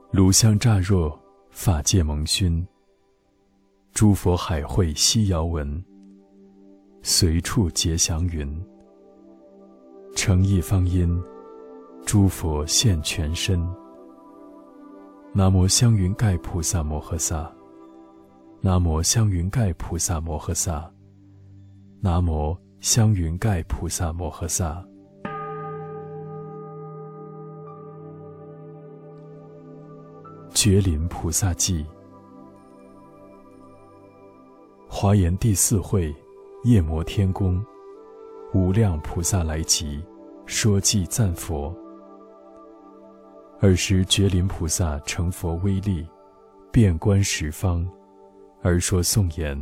炉香乍若，法界蒙熏。诸佛海会悉遥闻，随处结祥云。诚意方音，诸佛现全身。南无香云盖菩萨摩诃萨。南无香云盖菩萨摩诃萨。南无香云盖菩萨摩诃萨。觉林菩萨记。华严第4会，夜摩天宫，无量菩萨来集，说偈赞佛。尔时觉林菩萨成佛威力，遍观十方，而说颂言：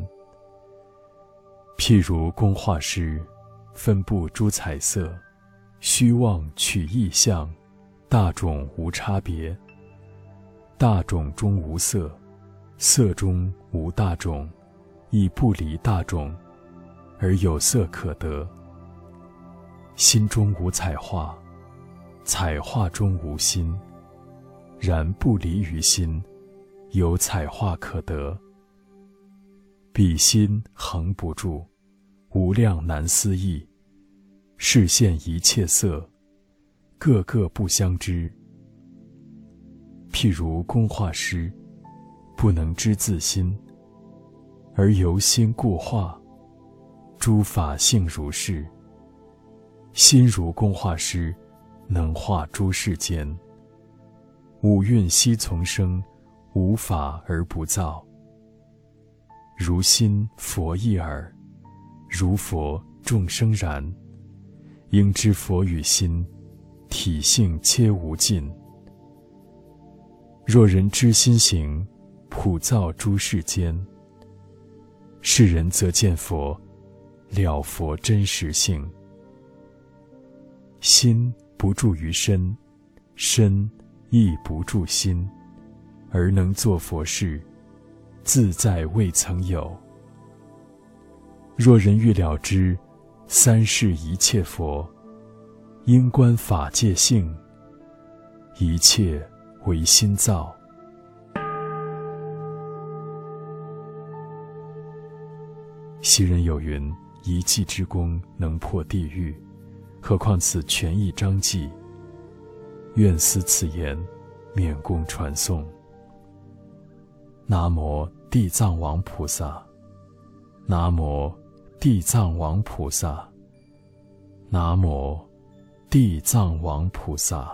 譬如工画师，分布诸彩色，虚妄取异相，大种无差别。大种中无色，色中无大种，亦不离大种，而有色可得。心中无彩画，彩画中无心，然不离于心，有彩画可得。彼心恒不住，无量难思议，示现一切色，个个不相知。譬如工画师，不能知自心，而由心故画，诸法性如是。心如工画师，能画诸世间。五蕴悉从生，无法而不造。如心佛一耳，如佛众生然。应知佛与心，体性皆无尽。若人知心行，普造诸世间。是人则见佛，了佛真实性。心不住于身，身亦不住心，而能作佛事，自在未曾有。若人欲了知三世一切佛，应观法界性，一切为心造。昔人有云：一偈之功能破地狱，何况此权益章偈？愿思此言，免供传诵。南无地藏王菩萨。南无地藏王菩萨。南无地藏王菩萨。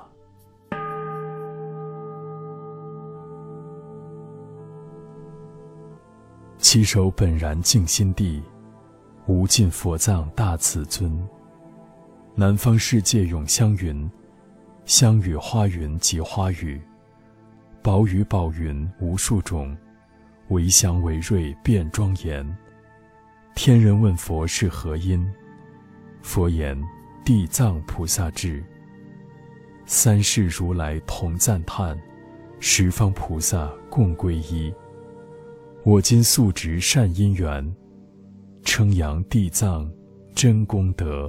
其手本然净心地，无尽佛藏大慈尊。南方世界永香云，香雨花云及花雨，宝雨宝云无数种，为祥为瑞变庄严。天人问佛是何因？佛言：地藏菩萨智。三世如来同赞叹，十方菩萨共皈依。我今素值善因缘，称扬地藏真功德。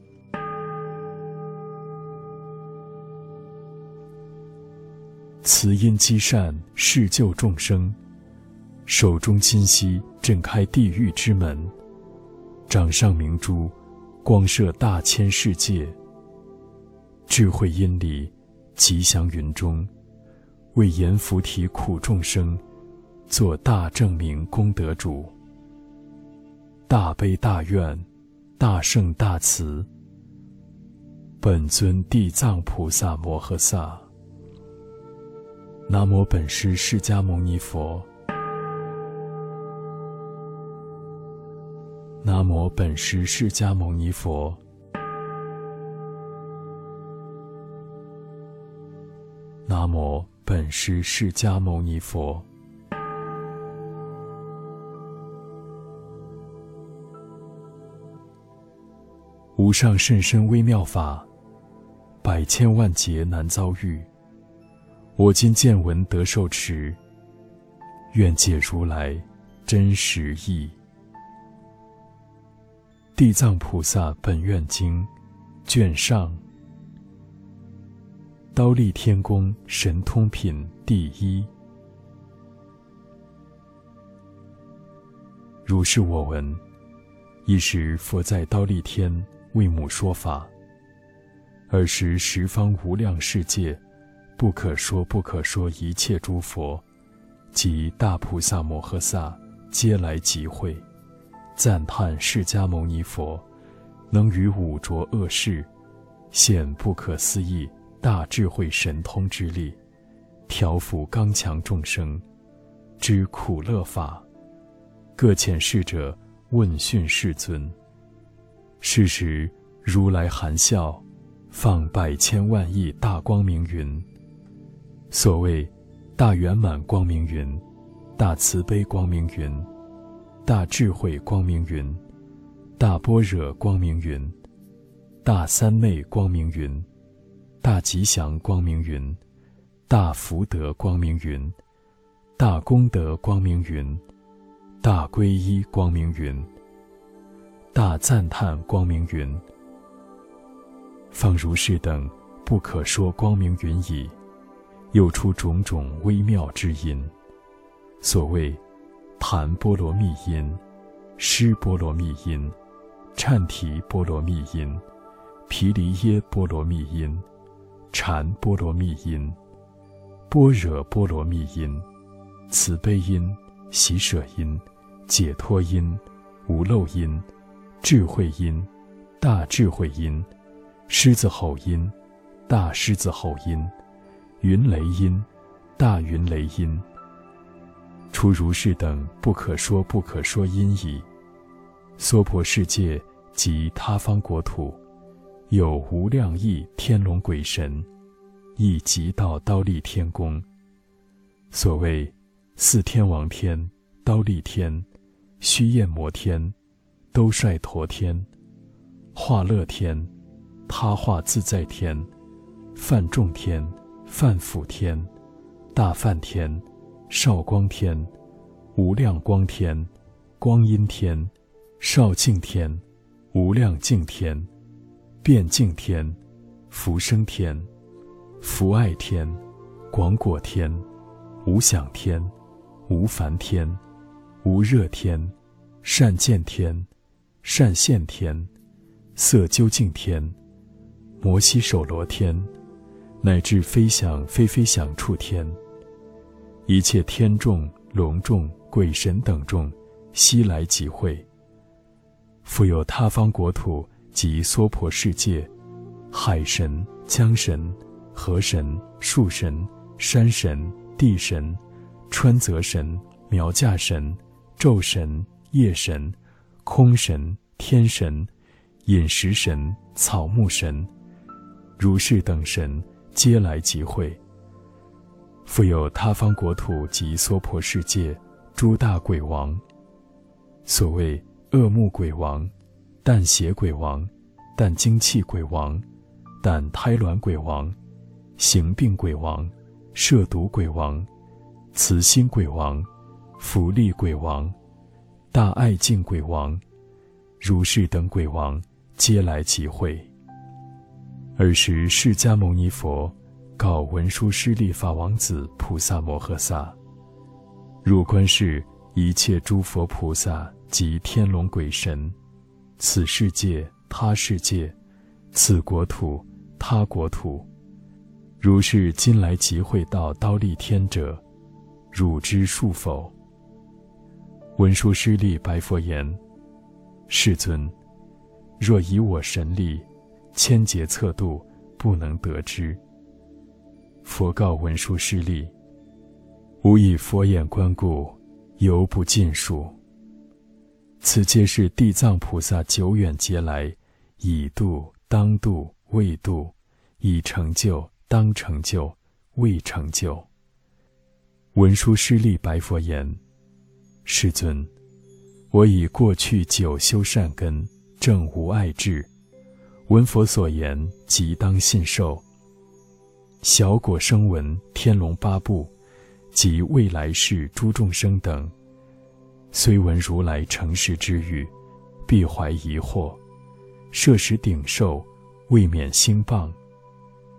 慈因积善，誓救众生，手中金锡震开地狱之门，掌上明珠光射大千世界。智慧因里，吉祥云中，为阎浮提苦众生，做大证明功德主。大悲大愿，大圣大慈，本尊地藏菩萨摩诃萨。南无本师释迦牟尼佛。南无本师释迦牟尼佛。南无本师释迦牟尼佛。无上甚深微妙法，百千万劫难遭遇。我今见闻得受持，愿解如来真实义。地藏菩萨本愿经卷上。 刀立天宫神通品第一。如是我闻，一时佛在刀立天为母说法，尔时十方无量世界不可说一切诸佛及大菩萨摩诃萨皆来集会，赞叹释迦牟尼佛能于五浊恶世现不可思议大智慧神通之力，调伏刚强众生之苦乐法。各遣侍者问讯世尊。是时如来含笑放百千万亿大光明云。所谓大圆满光明云、大慈悲光明云、大智慧光明云、大般若光明云、大三昧光明云、大吉祥光明云、大福德光明云、大功德光明云、大皈依光明云、大赞叹光明云，放如是等不可说光明云矣。又出种种微妙之音，所谓檀波罗蜜音、尸波罗蜜音、忏提波罗蜜音、毗梨耶波罗蜜音、禅波罗蜜音、般若波罗蜜音、慈悲音、喜舍音、解脱音、无漏音、智慧音、大智慧音、狮子吼音、大狮子吼音、云雷音、大云雷音，出如是等不可说音矣。娑婆世界及他方国土，有无量亿天龙鬼神，亦即到刀立天宫。所谓四天王天、刀立天、须焰摩天、兜率陀天、化乐天、他化自在天、梵众天、梵辅天、大梵天、少光天、无量光天、光阴天、少净天、无量净天、遍净天、福生天、福爱天、广果天、无想天、无烦天、无热天、善见天、善现天、色究竟天、摩悉首罗天，乃至非想非非想处天，一切天众、龙众、鬼神等众悉来集会。复有他方国土及娑婆世界，海神、江神、河神、树神、山神、地神、川泽神、苗架神、昼神、夜神、空神、天神、饮食神、草木神，如是等神皆来集会。复有他方国土及娑婆世界诸大鬼王，所谓恶目鬼王、淡血鬼王、淡精气鬼王、淡胎卵鬼王、行病鬼王、摄毒鬼王、慈心鬼王、福利鬼王、大爱敬鬼王，如是等鬼王皆来集会。尔时释迦牟尼佛告文殊师利法王子菩萨摩诃萨：入观世一切诸佛菩萨及天龙鬼神，此世界他世界，此国土他国土，如是今来集会到刀立天者，汝知数否？文殊师利白佛言：世尊，若以我神力千劫测度，不能得知。佛告文殊师利：吾以佛眼观故，犹不尽数。此皆是地藏菩萨久远劫来已度、当度、未度，已成就、当成就、未成就。文殊师利白佛言：世尊，我以过去久修善根，正无碍智，闻佛所言，即当信受。小果声闻、天龙八部及未来世诸众生等，虽闻如来诚实之语，必怀疑惑，设时顶受，未免兴谤。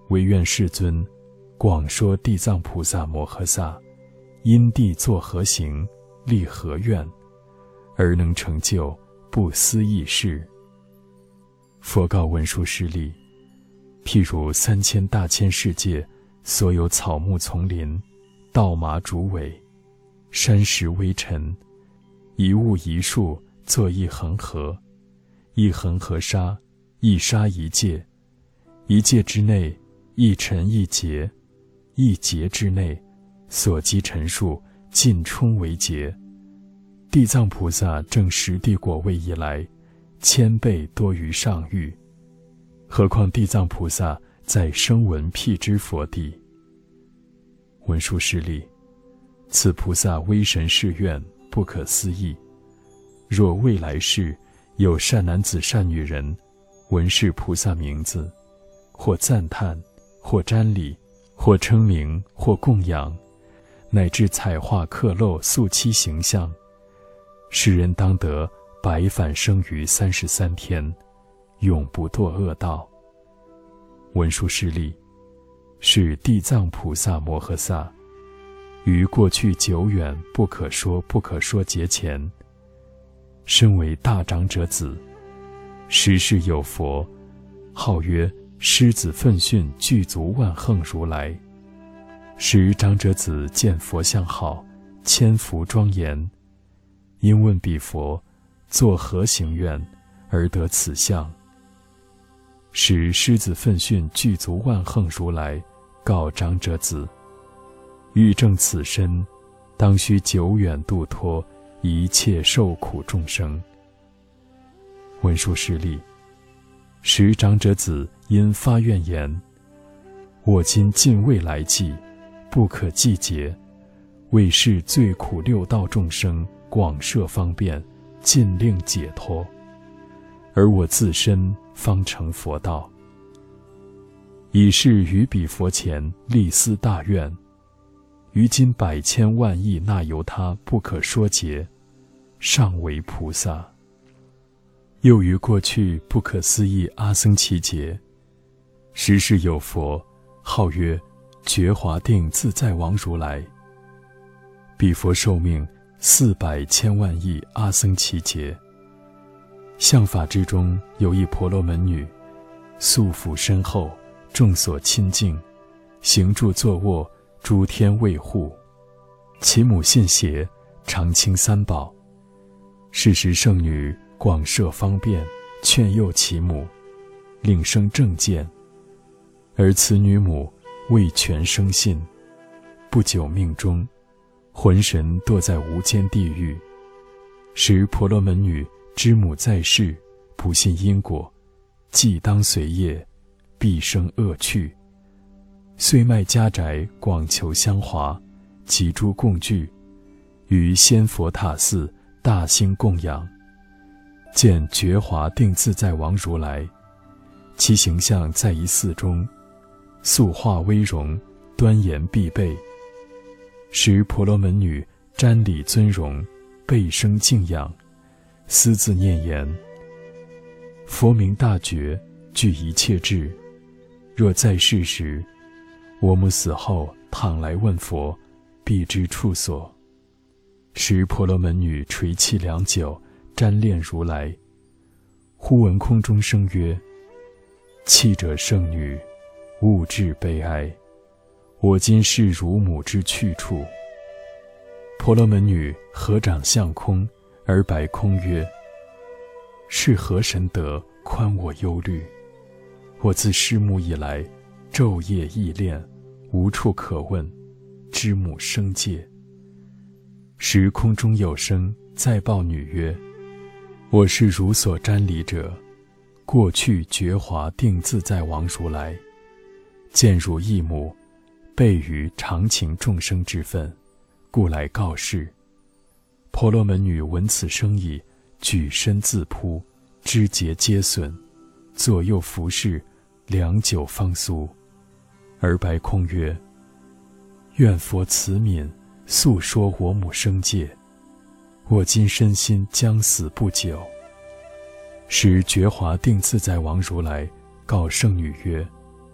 唯愿世尊广说地藏菩萨摩诃萨因地作何行，立何愿，而能成就不思议事。佛告文殊师利：譬如3000大千世界所有草木丛林、稻麻竹苇、山石微尘，一物一树作一恒河，一恒河沙，一沙一界，一界之内一尘一劫，一劫之内所积尘数尽充为劫。地藏菩萨证十地果位以来，1000倍多于上域，何况地藏菩萨在声闻辟支佛地。文殊师利，此菩萨威神誓愿不可思议。若未来世有善男子善女人闻是菩萨名字，或赞叹，或瞻礼，或称名，或供养，乃至彩画刻镂塑漆形象，世人当得百返生于33天，永不堕恶道。文殊师利，是地藏菩萨摩诃萨于过去久远不可说劫前，身为大长者子，时世有佛，号曰狮子奋训具足万横如来。时长者子见佛像好，千福庄严，因问彼佛作何行愿而得此相。时狮子奋训具足万横如来告长者子：欲证此身，当须久远度脱一切受苦众生。文殊师利，时长者子因发愿言：我今尽未来际，不可计劫，为是最苦六道众生广设方便，尽令解脱，而我自身方成佛道。以是于彼佛前立思大愿，于今百千万亿那由他不可说劫，尚为菩萨。又于过去不可思议阿僧祇劫，时世有佛，号曰觉华定自在王如来。彼佛寿命400千万亿阿僧祇劫。相法之中有一婆罗门女，素服深厚，众所亲近，行住坐卧，诸天卫护。其母信邪，常清三宝。是时圣女广设方便，劝诱其母，令生正见。而此女母未全生信，不久命终，魂神堕在无间地狱。时婆罗门女知母在世，不信因果，既当随业，必生恶趣。遂卖家宅，广求香华及诸供具，于仙佛塔寺大兴供养。见觉华定自在王如来，其形象在一寺中，素化威容，端严必备。时婆罗门女瞻礼尊容，倍生敬仰，私自念言：佛名大觉，具一切智。若在世时，我母死后倘来问佛，必知处所。时婆罗门女垂泣良久，瞻恋如来。忽闻空中声曰：泣者圣女，勿至悲哀，我今是汝母之去处。婆罗门女合掌向空，而白空曰：是何神德宽我忧虑？我自失母以来，昼夜忆恋，无处可问，知母生戒。时空中有声再报女曰：我是汝所瞻礼者，过去觉华定自在王如来。见汝义母，备于常情众生之分，故来告示。婆罗门女闻此声已，举身自扑，肢节皆损，左右服侍，良久方苏。而白空曰：愿佛慈悯，诉说我母生戒，我今身心将死不久。时觉华定自在王如来告圣女曰：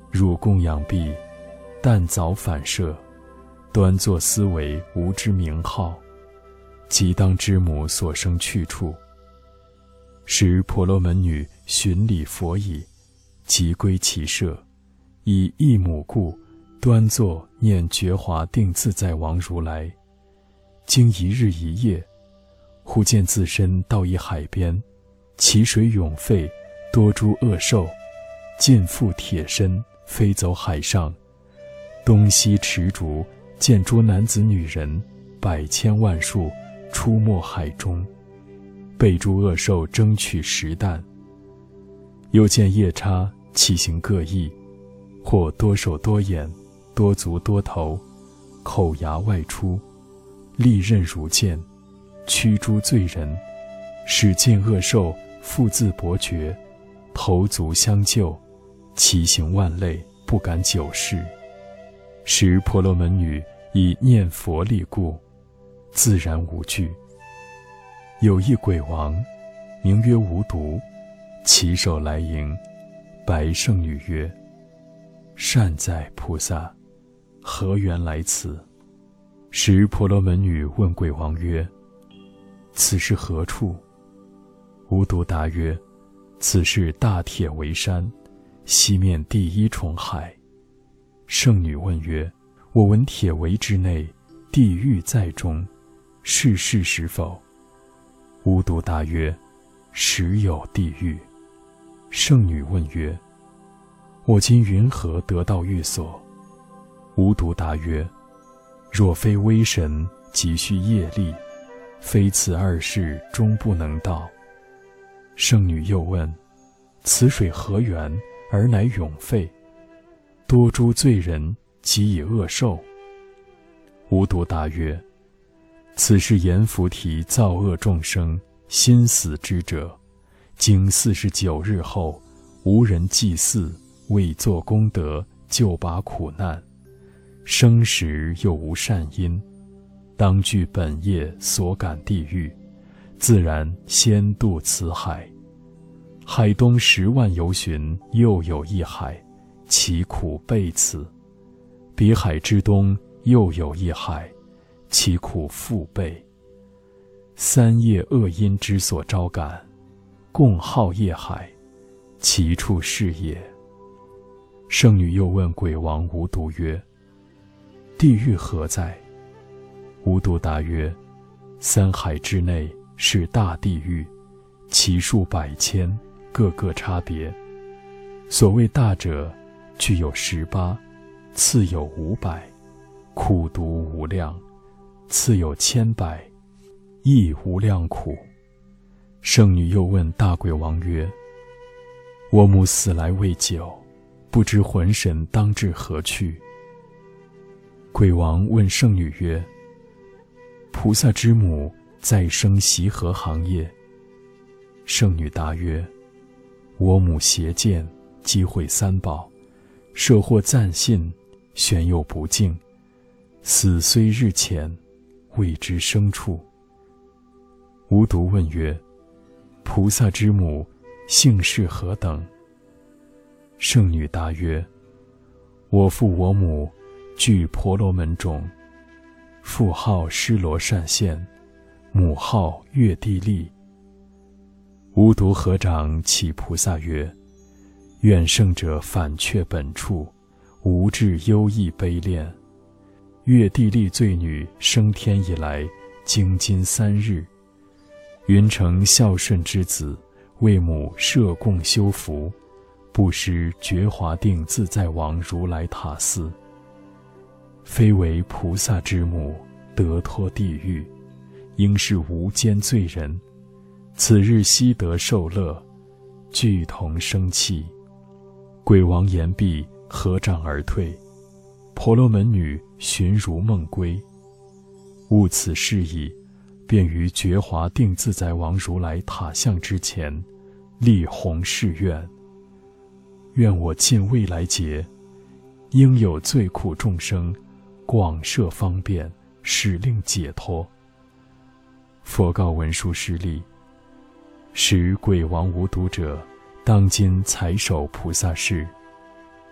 汝供养毕，但早反射，端坐思维无之名号，即当知母所生去处。时婆罗门女寻礼佛已，即归其舍，以一母故，端坐念觉华定自在王如来。经一日一夜，忽见自身到一海边，其水涌沸，多诸恶兽，尽覆铁身，飞走海上。东西持烛，见诸男子女人百千万数，出没海中，被诸恶兽争取食啖。又见夜叉其形各异，或多手多眼，多足多头，口牙外出，利刃如剑，驱诸罪人，使见恶兽复自伯爵，头足相救，其形万类，不敢久视。时婆罗门女以念佛力故，自然无惧。有一鬼王，名曰无毒，起手来迎，白圣女曰：善哉菩萨，何缘来此？时婆罗门女问鬼王曰：此是何处？无毒答曰：此是大铁围山，西面第一重海。圣女问曰：我闻铁围之内，地狱在中，是事实否？无毒答曰：实有地狱。圣女问曰：我今云何得到寓所？无毒答曰：若非威神，急需业力，非此二世终不能到。圣女又问：此水何缘，而乃涌沸？多诸罪人，即以恶受。无毒答曰：此是阎浮提造恶众生心死之者，经49日后，无人祭祀，未作功德，就拔苦难，生时又无善因，当具本业所感地狱，自然先渡此海。海东10万由旬，又有一海，其苦备此。彼海之东，又有一海，其苦复备。3业恶因之所招感，共号业海，其处是也。圣女又问鬼王无毒曰：地狱何在？无毒答曰：3海之内是大地狱，其数百千，各个差别。所谓大者，具有18，次有500，苦毒无量；次有1,000，亦无量苦。圣女又问大鬼王曰：我母死来未久，不知魂神当至何去？鬼王问圣女曰：菩萨之母再生习何行业？圣女答曰：我母邪见，积毁3宝，设获暂信，玄有不敬，死虽日前，未知生处。无毒问曰：菩萨之母姓氏何等？圣女答曰：我父我母具婆罗门种，父号尸罗善现，母号月地利。无毒合掌启菩萨曰：愿圣者反却本处，无至忧异悲恋。月地利罪女升天以来，经今3日，云成孝顺之子，为母设供修福，布施觉华定自在王如来塔寺。非为菩萨之母，得脱地狱，应是无间罪人。此日悉得受乐，俱同生气。鬼王言毕，合掌而退。婆罗门女寻如梦归，悟此事矣，便于觉华定自在王如来塔像之前，立弘誓愿：愿我尽未来劫，应有罪苦众生，广设方便，使令解脱。佛告文殊师利：使鬼王无毒者，当今才守菩萨事。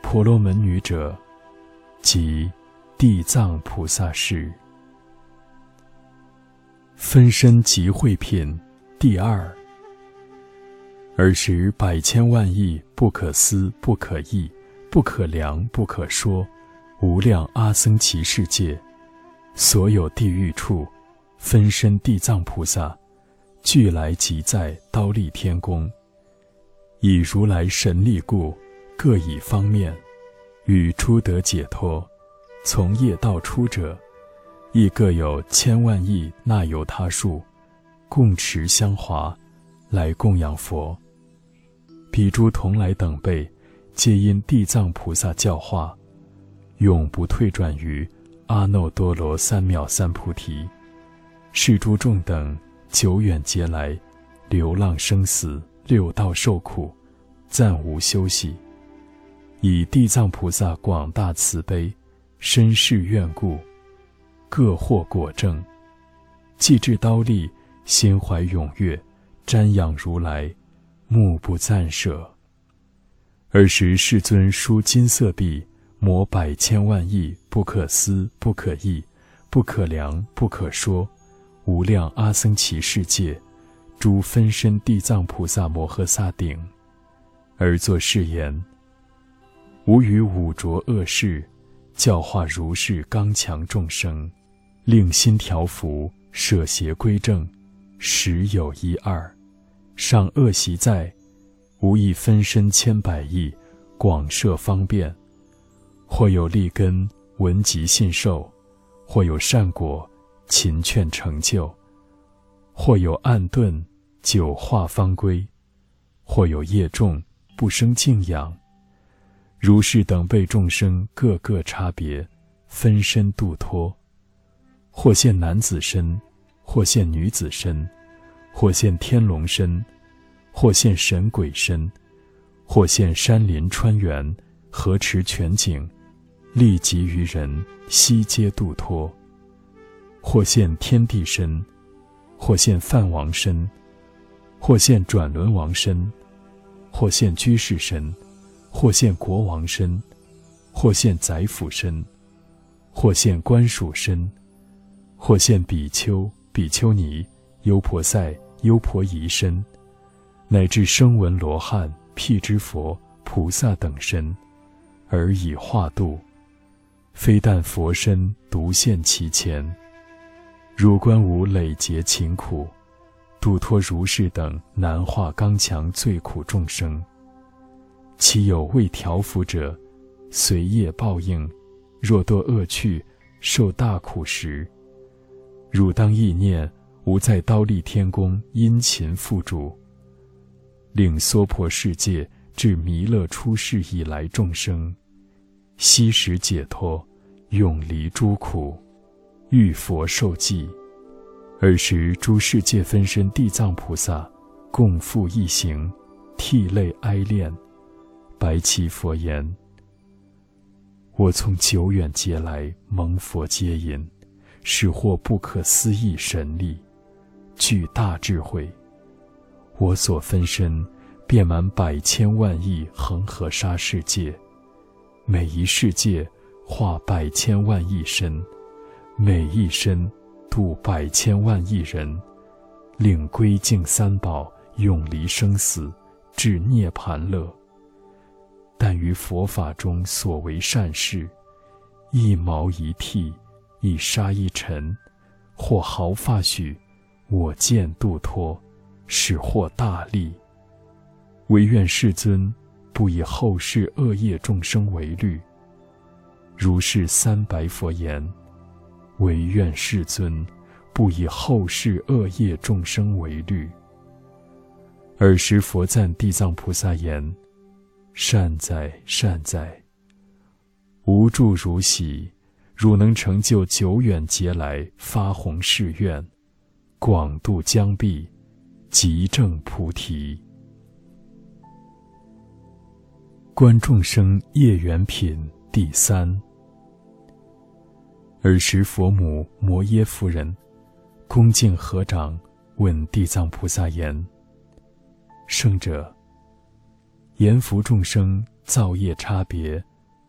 婆罗门女者，即地藏菩萨是。分身集会品第二。尔时百千万亿不可思不可议不可量不可说无量阿僧祇世界，所有地狱处，分身地藏菩萨俱来集在忉利天宫，以如来神力故，各以方面与初得解脱从业道出者，亦各有千万亿那由他数，共持香华来供养佛。彼诸同来等辈，皆因地藏菩萨教化，永不退转于阿耨多罗三藐三菩提。是诸众等久远劫来，流浪生死，六道受苦，暂无休息。以地藏菩萨广大慈悲，深誓愿故，各获果证。既至忉利，心怀踊跃，瞻仰如来，目不暂舍。尔时世尊书金色壁，摩百千万亿不可思不可议不可量不可说无量阿僧祇世界，诸分身地藏菩萨摩诃萨顶，而作是言：吾于五浊恶世，教化如是刚强众生，令心调伏，舍邪归正，实有一二。上恶习在，无以分身千百亿，广设方便。或有利根，闻即信受；或有善果，勤劝成就；或有暗钝，久化方归；或有业重，不生敬仰。如是等辈众生，各个差别，分身度脱。或现男子身，或现女子身，或现天龙身，或现神鬼身，或现山林川原，河池泉井，利及于人，悉皆度脱。或现天地身，或现梵王身，或现转轮王身，或现居士身，或现国王身，或现宰辅身，或现官属身，或现比丘、比丘尼、优婆塞、优婆夷身，乃至声闻罗汉、辟支佛、菩萨等身，而以化度。非但佛身独现其前，汝观吾累劫勤苦，度脱如是等难化刚强最苦众生。其有未调伏者，随业报应，若堕恶趣，受大苦时，汝当忆念吾在忉利天宫殷勤付嘱，令娑婆世界至弥勒出世以来众生，悉时解脱，永离诸苦，遇佛受记。尔时诸世界分身地藏菩萨共复一行，涕泪哀恋，白其佛言：我从久远劫来蒙佛接引，是获不可思议神力，具大智慧。我所分身遍满百千万亿恒河沙世界，每一世界化百千万亿身，每一身度百千万亿人，令归敬三宝，永离生死，至涅槃乐。但于佛法中所为善事，一毛一剃，一沙一尘，或毫发许，我见度脱，使获大利。唯愿世尊不以后世恶业众生为虑。如是三白佛言：唯愿世尊不以后世恶业众生为虑。尔时佛赞地藏菩萨言：善哉善哉，无住如喜，汝能成就久远劫来发弘誓愿，广度疆壁，即证菩提。观众生业缘品第三。尔时佛母摩耶夫人恭敬合掌，问地藏菩萨言：圣者，言服众生造业差别，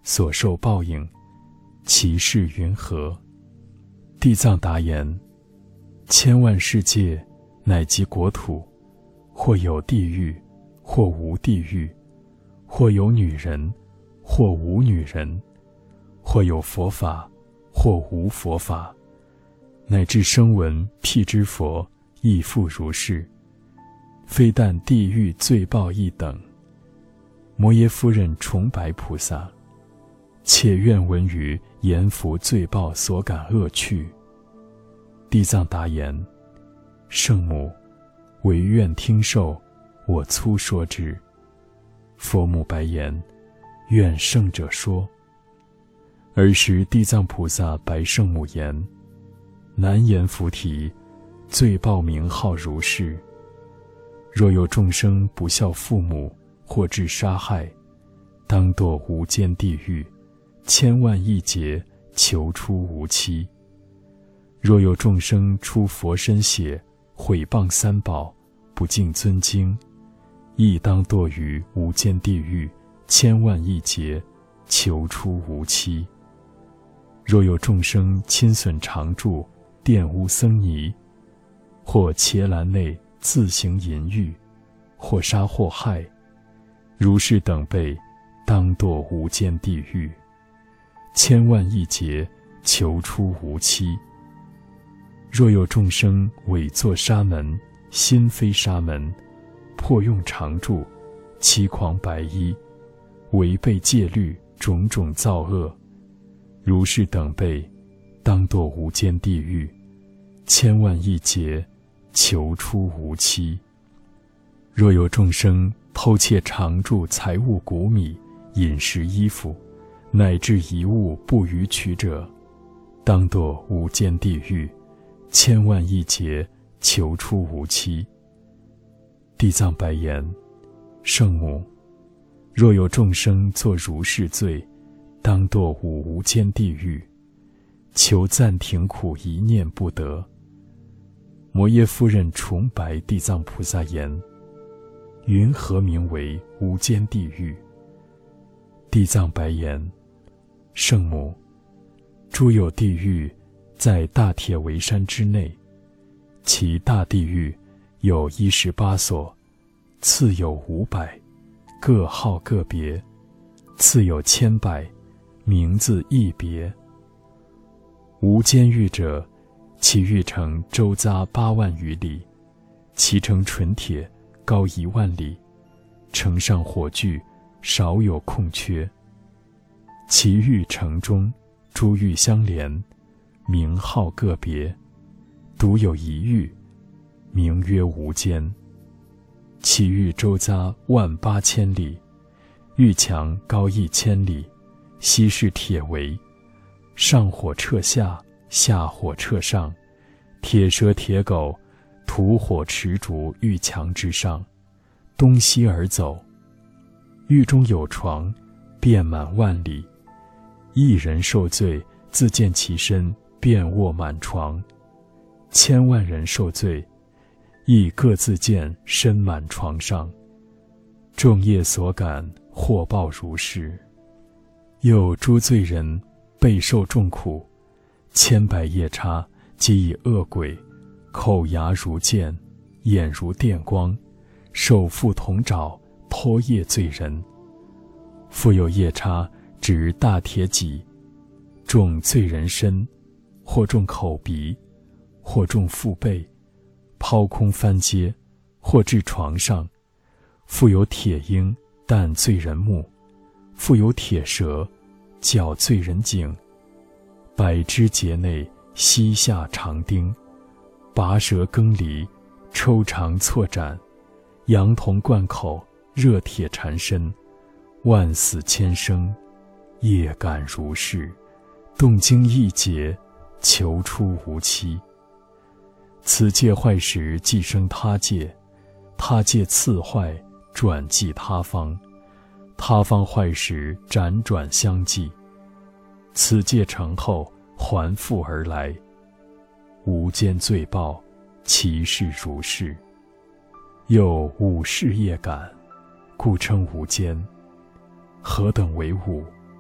所受报应，其事云何？地藏答言：千万世界，乃即国土，或有地狱，或无地狱，或有女人，或无女人，或有佛法，或无佛法，乃至声闻辟支佛，亦复如是。非但地狱罪报一等。摩耶夫人崇白菩萨，且愿闻于阎浮罪报所感恶趣。地藏答言：圣母，唯愿听受，我粗说之。佛母白言：愿圣者说。尔时地藏菩萨白圣母言：难言菩提，罪报名号如是。若有众生不孝父母，或致杀害，当堕无间地狱，千万亿劫，求出无期。若有众生出佛身血，毁谤三宝，不敬尊经，亦当堕于无间地狱，千万亿劫，求出无期。若有众生侵损常住，玷污僧尼，或伽蓝内自行淫欲，或杀或害，如是等辈，当堕无间地狱，千万亿劫，求出无期。若有众生伪作沙门，心非沙门，破用常住，欺诳白衣，违背戒律，种种造恶，如是等辈，当堕无间地狱，千万亿劫，求出无期。若有众生偷窃常住财物谷米、饮食衣服，乃至一物不予取者，当堕无间地狱，千万亿劫，求出无期。地藏白言：圣母，若有众生作如是罪，当堕无间地狱，求暂停苦一念不得。摩耶夫人崇白地藏菩萨言：云何名为无间地狱？地藏白言：圣母，诸有地狱在大铁围山之内，其大地狱有18所，次有500，各号各别，次有10000，名字亦别。无间狱者，其狱城周匝8万余里，其城纯铁，高1万里，城上火炬，少有空缺。其狱城中，诸狱相连，名号个别，独有一狱，名曰无间。其狱周匝18000里，狱墙高1000里，悉是铁围，上火彻下，下火彻上，铁蛇铁狗，吐火持烛狱墙之上，东西而走。狱中有床，遍满万里，一人受罪，自见其身，便卧满床；1000万人受罪，亦各自见身满床上。众业所感，祸报如是。又诸罪人备受重苦，千百夜叉皆以恶鬼，口牙如剑，眼如电光，手覆铜爪，剖业罪人。复有夜叉执大铁戟，中罪人身，或中口鼻，或中腹背，抛空翻阶，或至床上。复有铁鹰啖罪人目，复有铁蛇绞罪人颈，百枝节内膝下长钉，拔舌更离，抽肠错斩，羊铜贯口，热铁缠身，万死千生，业感如是，动经一劫，求出无期。此界坏时即生他界，他界次坏，转继他方，他方坏时辗转相继，此界成后还复而来。无间罪报，其事如是。又五世业感，故称无间。何等为五？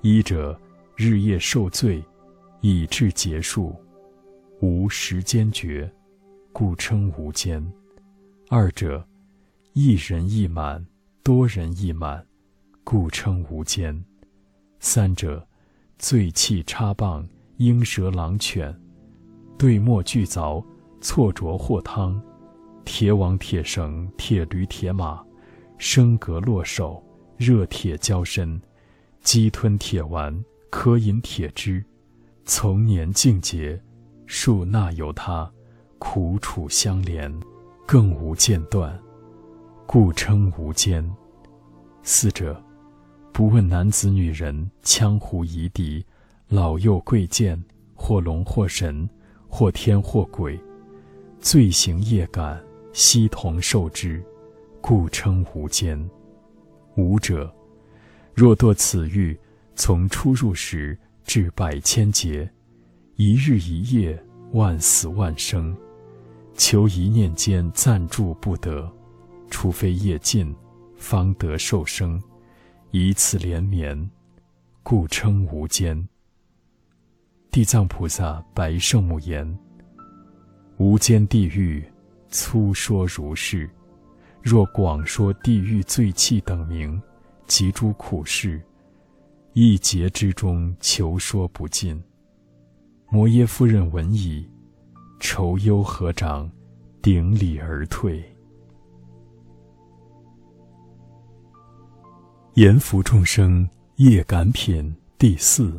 一者日夜受罪，以至结束，无时间觉，故称无间。二者一人一满，多人一满，故称无间。三者醉气插棒，鹰蛇狼犬，对墨俱凿，错着或汤，铁网铁绳，铁驴铁马，升格落手，热铁交身，鸡吞铁丸，渴饮铁汁，从年尽节，数纳由他，苦楚相连，更无间断，故称无间。四者不问男子女人，羌胡夷狄，老幼贵贱，或龙或神，或天或鬼，罪行业感，悉同受之，故称无间。五者若堕此狱，从出入时至百千劫，一日一夜，万死万生，求一念间暂住不得，除非业尽，方得受生，以此连绵，故称无间。地藏菩萨白圣母言：无间地狱，粗说如是。若广说地狱罪气等名，及诸苦事，一劫之中求说不尽。摩耶夫人闻已，愁忧合掌，顶礼而退。阎浮众生业感品第四。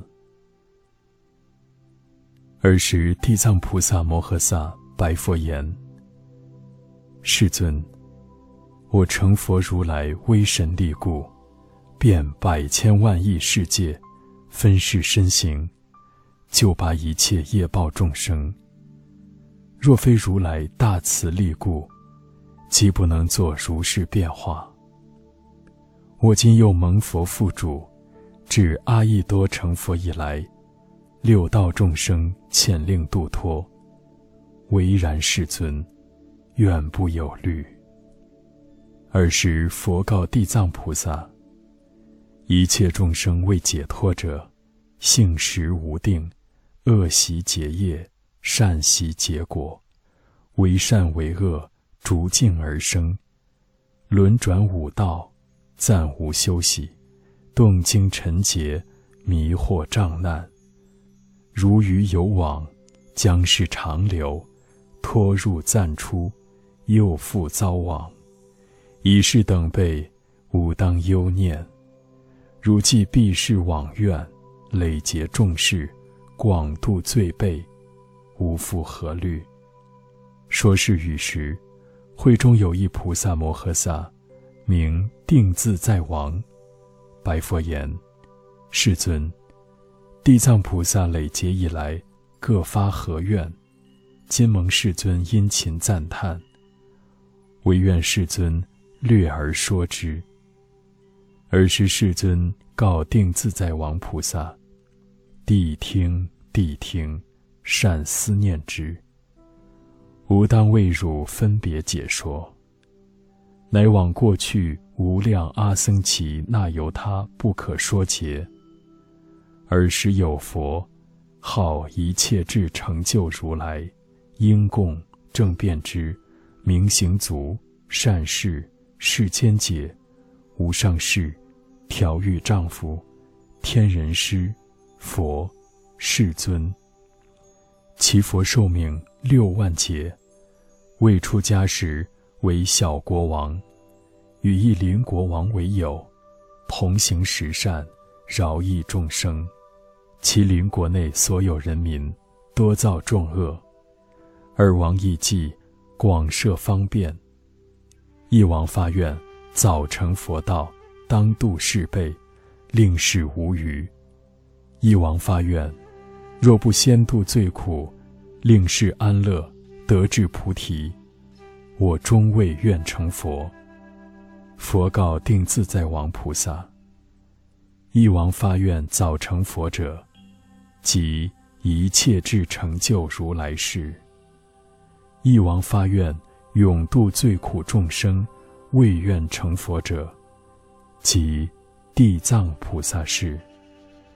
尔时地藏菩萨摩诃萨白佛言：世尊，我成佛如来威神力故，遍百千万亿世界，分世身形，救拔一切业报众生。若非如来大慈力故，即不能作如是变化。我今又蒙佛付嘱，至阿逸多成佛以来，六道众生遣令度脱，唯然世尊，愿不有虑。尔时佛告地藏菩萨：一切众生未解脱者，性实无定，恶习结业，善习结果，为善为恶，逐境而生，轮转五道，暂无休息，动经尘劫，迷惑障难，如鱼有网，将是长流，脱入暂出，又复遭网。以是等辈，吾当忧念。如既必是往愿，累劫众事，广度罪辈，无复何虑。说是语时，会中有一菩萨摩诃萨，名定自在王，白佛言：世尊，地藏菩萨累劫以来，各发何愿？今蒙世尊殷勤赞叹，唯愿世尊略而说之。尔时世尊告定自在王菩萨：谛听，谛听，善思念之。吾当为汝分别解说。乃往过去无量阿僧祇那由他不可说劫。尔时有佛，号一切智成就如来，应供正遍知，明行足，善事，世间解，无上士，调御丈夫，天人师，佛，世尊。其佛寿命6万劫，未出家时为小国王，与一邻国王为友，同行十善，饶益众生。其邻国内所有人民多造众恶，二王亦计广设方便。一王发愿早成佛道，当度世辈，令世无余。一王发愿，若不先度罪苦，令世安乐，得至菩提，我终未愿成佛。佛告定自在王菩萨：一王发愿早成佛者，即一切智成就如来事。一王发愿永度罪苦众生，未愿成佛者，即地藏菩萨事。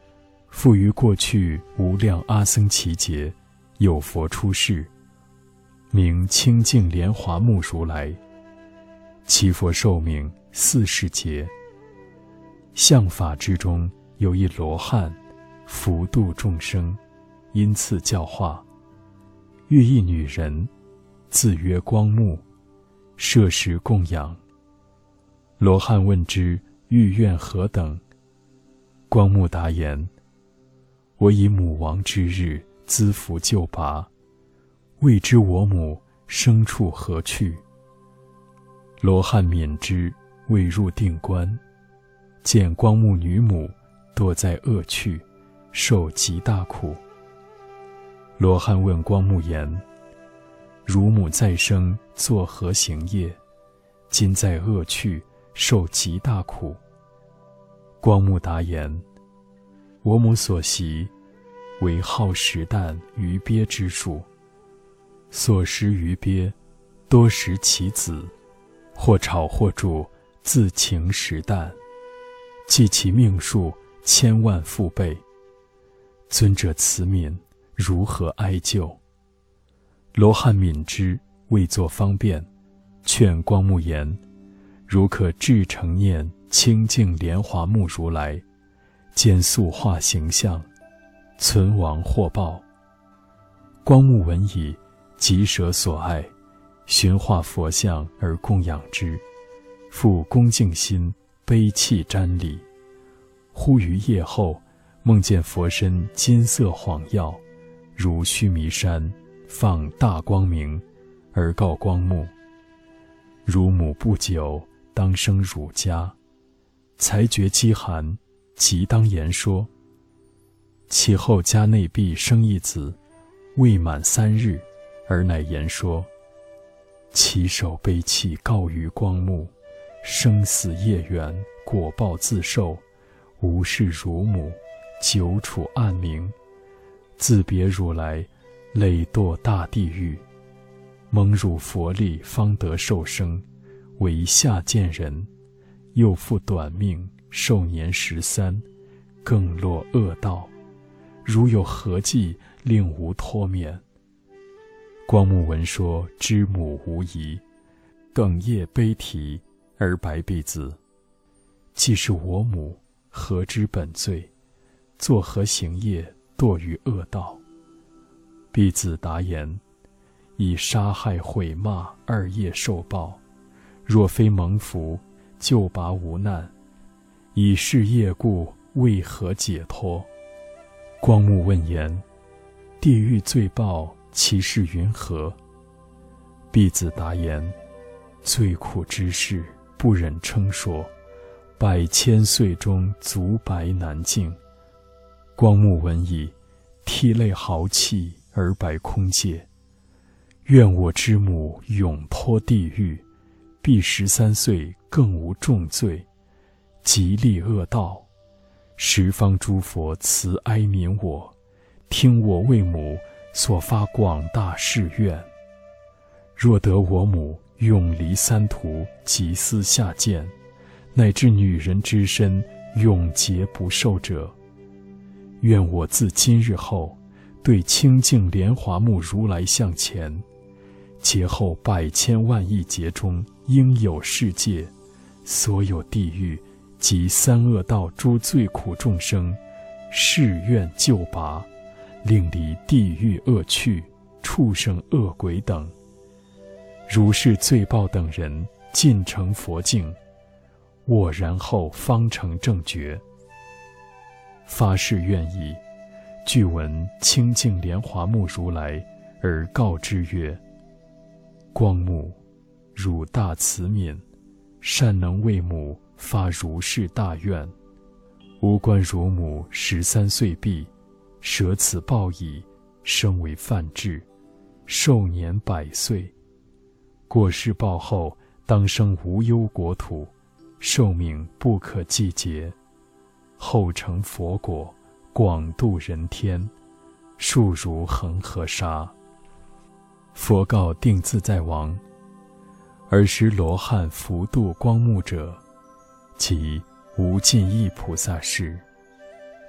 复于过去无量阿僧祇劫，有佛出世，名清净莲华目如来。其佛寿命40劫。相法之中有一罗汉，福度众生，因次教化。遇一女人，自曰光目，设食供养。罗汉问之欲愿何等？光目答言：我以母亡之日资福救拔，未知我母生处何去。罗汉悯之，未入定观，见光目女母堕在恶趣，受极大苦。罗汉问光目言：汝母再生作何行业？今在恶趣，受极大苦。光目答言：我母所习，为好食啖鱼鳖之术，所食鱼鳖，多食其子，或炒或煮，自情食啖，计其命数1000万复倍。尊者慈悯，如何哀救？罗汉悯之，未作方便，劝光目言：如可至诚念清净莲华目如来，见塑化形象，存亡获报。光目闻已，即舍所爱，寻化佛像而供养之，复恭敬心，悲泣瞻礼。忽于夜后，梦见佛身金色晃耀，如须弥山，放大光明，而告光目：汝母不久当生汝家，才觉饥寒，即当言说。其后家内必生一子，未满3日，而乃言说。其手悲泣告于光目：生死业缘，果报自受，无视汝母，久处暗冥。自别汝来，累堕大地狱。蒙汝佛力，方得受生，为下贱人。又复短命，寿年13，更落恶道。如有何计，令吾脱免？光目闻说，知母无疑，哽咽悲啼，而白婢子：既是我母，何知本罪？作何行业，堕于恶道？婢子答言：以杀害毁骂2业受报，若非蒙福，救拔无难，以是业故，为何解脱？光目问言：地狱罪报，其事云何？婢子答言：最苦之事，不忍称说，100千岁中足白难尽。光目闻已，涕泪豪气，而白空界：愿我之母永脱地狱，必13岁更无重罪，极利恶道。十方诸佛慈哀悯我，听我为母所发广大誓愿。若得我母永离三途，即思下贱，乃至女人之身永劫不受者，愿我自今日后，对清净莲华目如来向前，劫后100千万亿劫中应有世界，所有地狱及3恶道诸最苦众生，誓愿救拔，令离地狱恶趣、畜生恶鬼等。如是罪报等人，尽成佛境，我然后方成正觉。发誓愿意，具闻清净莲华目如来，而告之曰：光目，汝大慈悯，善能为母发如是大愿。吾观汝母13岁毕，舍此报矣，生为梵志，寿年100岁。过世报后，当生无忧国土，寿命不可计劫。后成佛果，广度人天，数如恒河沙。佛告定自在王：尔时罗汉福度光目者，即无尽意菩萨是。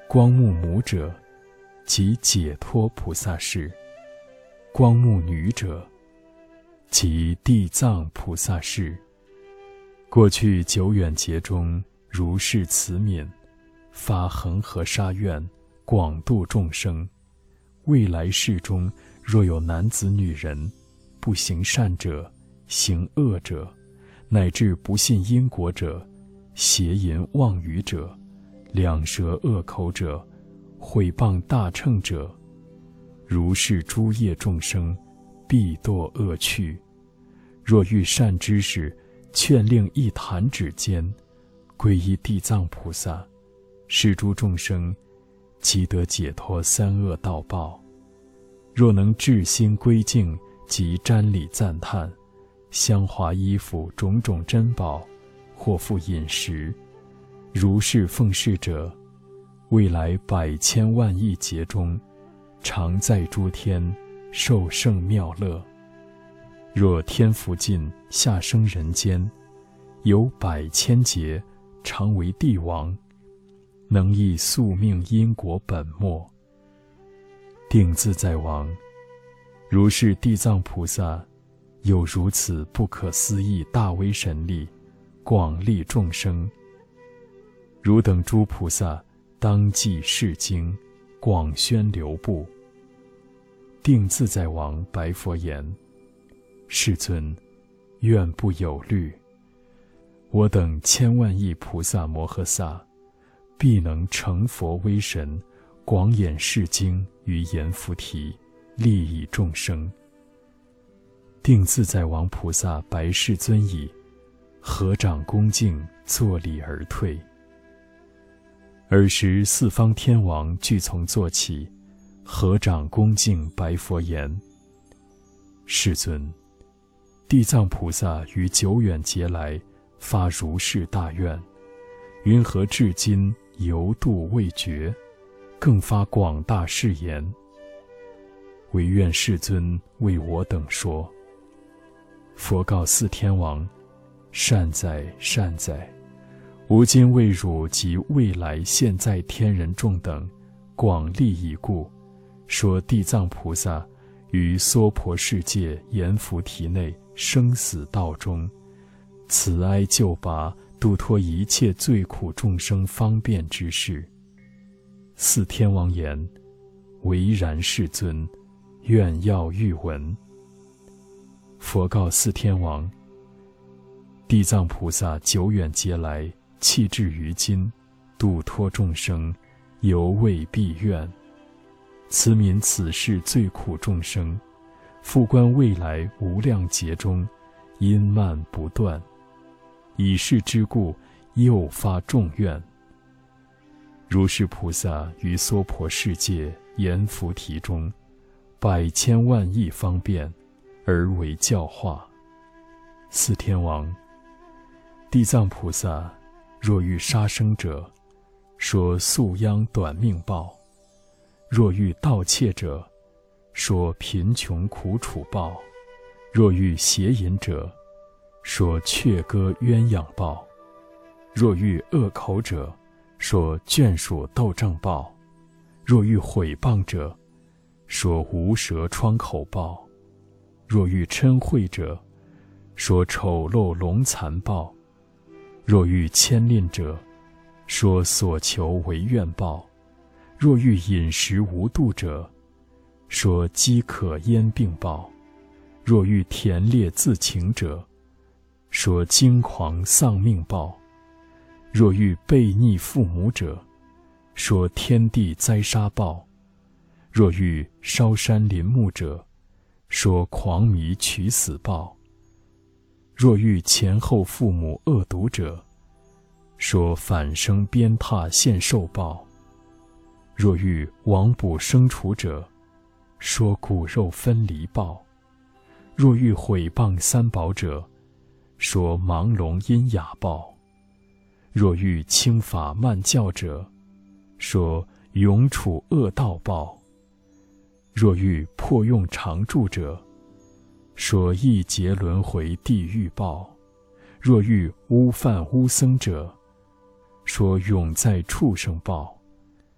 光目母者，即解脱菩萨士；光目女者，即地藏菩萨士。过去久远劫中，如是慈悯，发恒河沙愿，广度众生。未来世中，若有男子女人，不行善者，行恶者，乃至不信因果者，邪淫妄语者，两舌恶口者，毁谤大乘者，如是诸业众生，必堕恶趣。若遇善知识，劝令一弹指间，皈依地藏菩萨，是诸众生即得解脱三恶道报。若能至心归敬，即瞻礼赞叹，香华衣服种种珍宝，或复饮食，如是奉事者，未来百千万亿劫中，常在诸天受胜妙乐。若天福尽，下生人间，有百千劫，常为帝王，能以宿命因果本末。定自在王，如是地藏菩萨，有如此不可思议大威神力，广利众生。汝等诸菩萨，当记是经，广宣流布。定自在王白佛言：世尊，愿不有虑。我等千万亿菩萨摩诃萨，必能成佛威神，广演是经于阎浮提，利益众生。定自在王菩萨白世尊已，合掌恭敬，作礼而退。尔时四方天王俱从坐起，合掌恭敬白佛言：世尊，地藏菩萨于久远劫来发如是大愿，云何至今犹度未决，更发广大誓言，唯愿世尊为我等说。佛告四天王：善哉善哉，吾今为汝及未来现在天人众等广利已故，说地藏菩萨于娑婆世界阎浮提内生死道中，慈哀救拔，度脱一切罪苦众生方便之事。四天王言：唯然世尊，愿要欲闻。佛告四天王：地藏菩萨久远劫来，弃至于今，度脱众生，犹未毕愿。慈悯此世最苦众生，复观未来无量劫中，因慢不断，以是之故，又发众愿。如是菩萨于娑婆世界阎浮提中，百千万亿方便，而为教化。四天王：地藏菩萨若遇杀生者，说宿殃短命报；若遇盗窃者，说贫穷苦楚报；若遇邪淫者，说雀歌鸳鸯报；若遇恶口者，说眷属斗争报；若遇毁谤者，说无舌疮口报；若遇嗔恚者，说丑陋龙残报；若遇牵令者，说所求为愿报；若遇饮食无度者，说饥渴咽病报；若遇田猎自情者，说惊狂丧命报；若遇悖逆父母者，说天地灾杀报；若遇烧山林木者，说狂迷取死报；若遇前后父母恶毒者，说反生鞭挞现受报；若遇亡卜生处者，说骨肉分离报；若遇毁谤三宝者，说盲聋阴哑报；若遇轻法慢教者，说永处恶道报；若遇破用常住者，说一劫轮回地狱报；若遇污犯污僧者，说永在畜生报；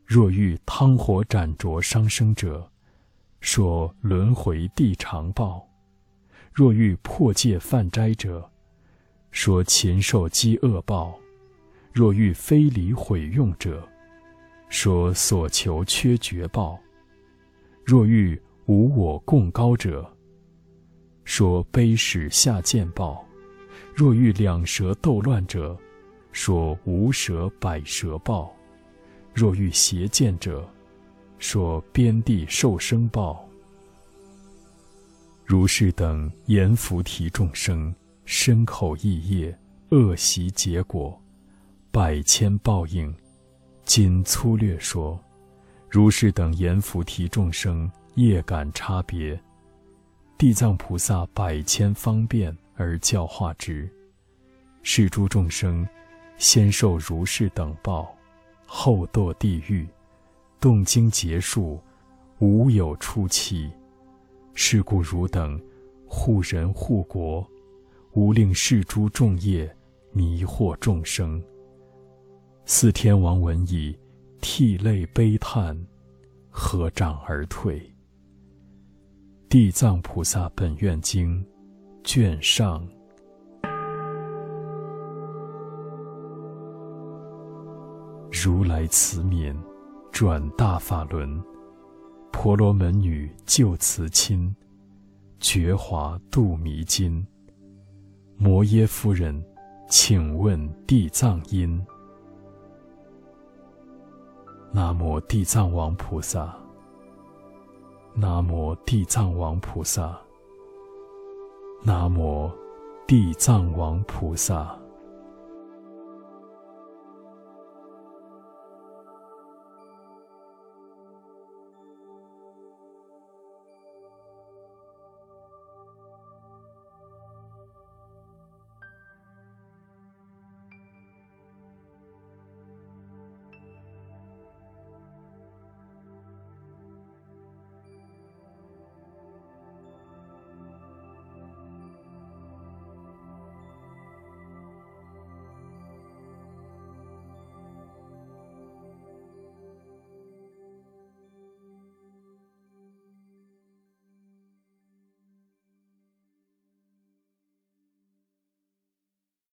若遇汤火斩灼伤生者，说轮回地常报；若遇破戒犯斋者，说禽兽饥饿报；若遇非礼毁用者，说所求缺绝报；若遇无我共高者，说卑使下贱报；若遇两舌斗乱者，说无舌百舌报；若遇邪见者，说边地受生报。如是等阎浮提众生，身口意业恶习结果，百千报应，今粗略说。如是等阎浮提众生业感差别，地藏菩萨百千方便而教化之。是诸众生先受如是等报，后堕地狱，动经结束，无有出期。是故汝等护人护国，无令是诸众业迷惑众生。四天王闻已，涕泪悲叹，合掌而退。地藏菩萨本愿经卷上。如来慈悯，转大法轮，婆罗门女救慈亲，觉华度迷津。摩耶夫人，请问地藏因。南无地藏王菩萨，南无地藏王菩萨，南无地藏王菩萨。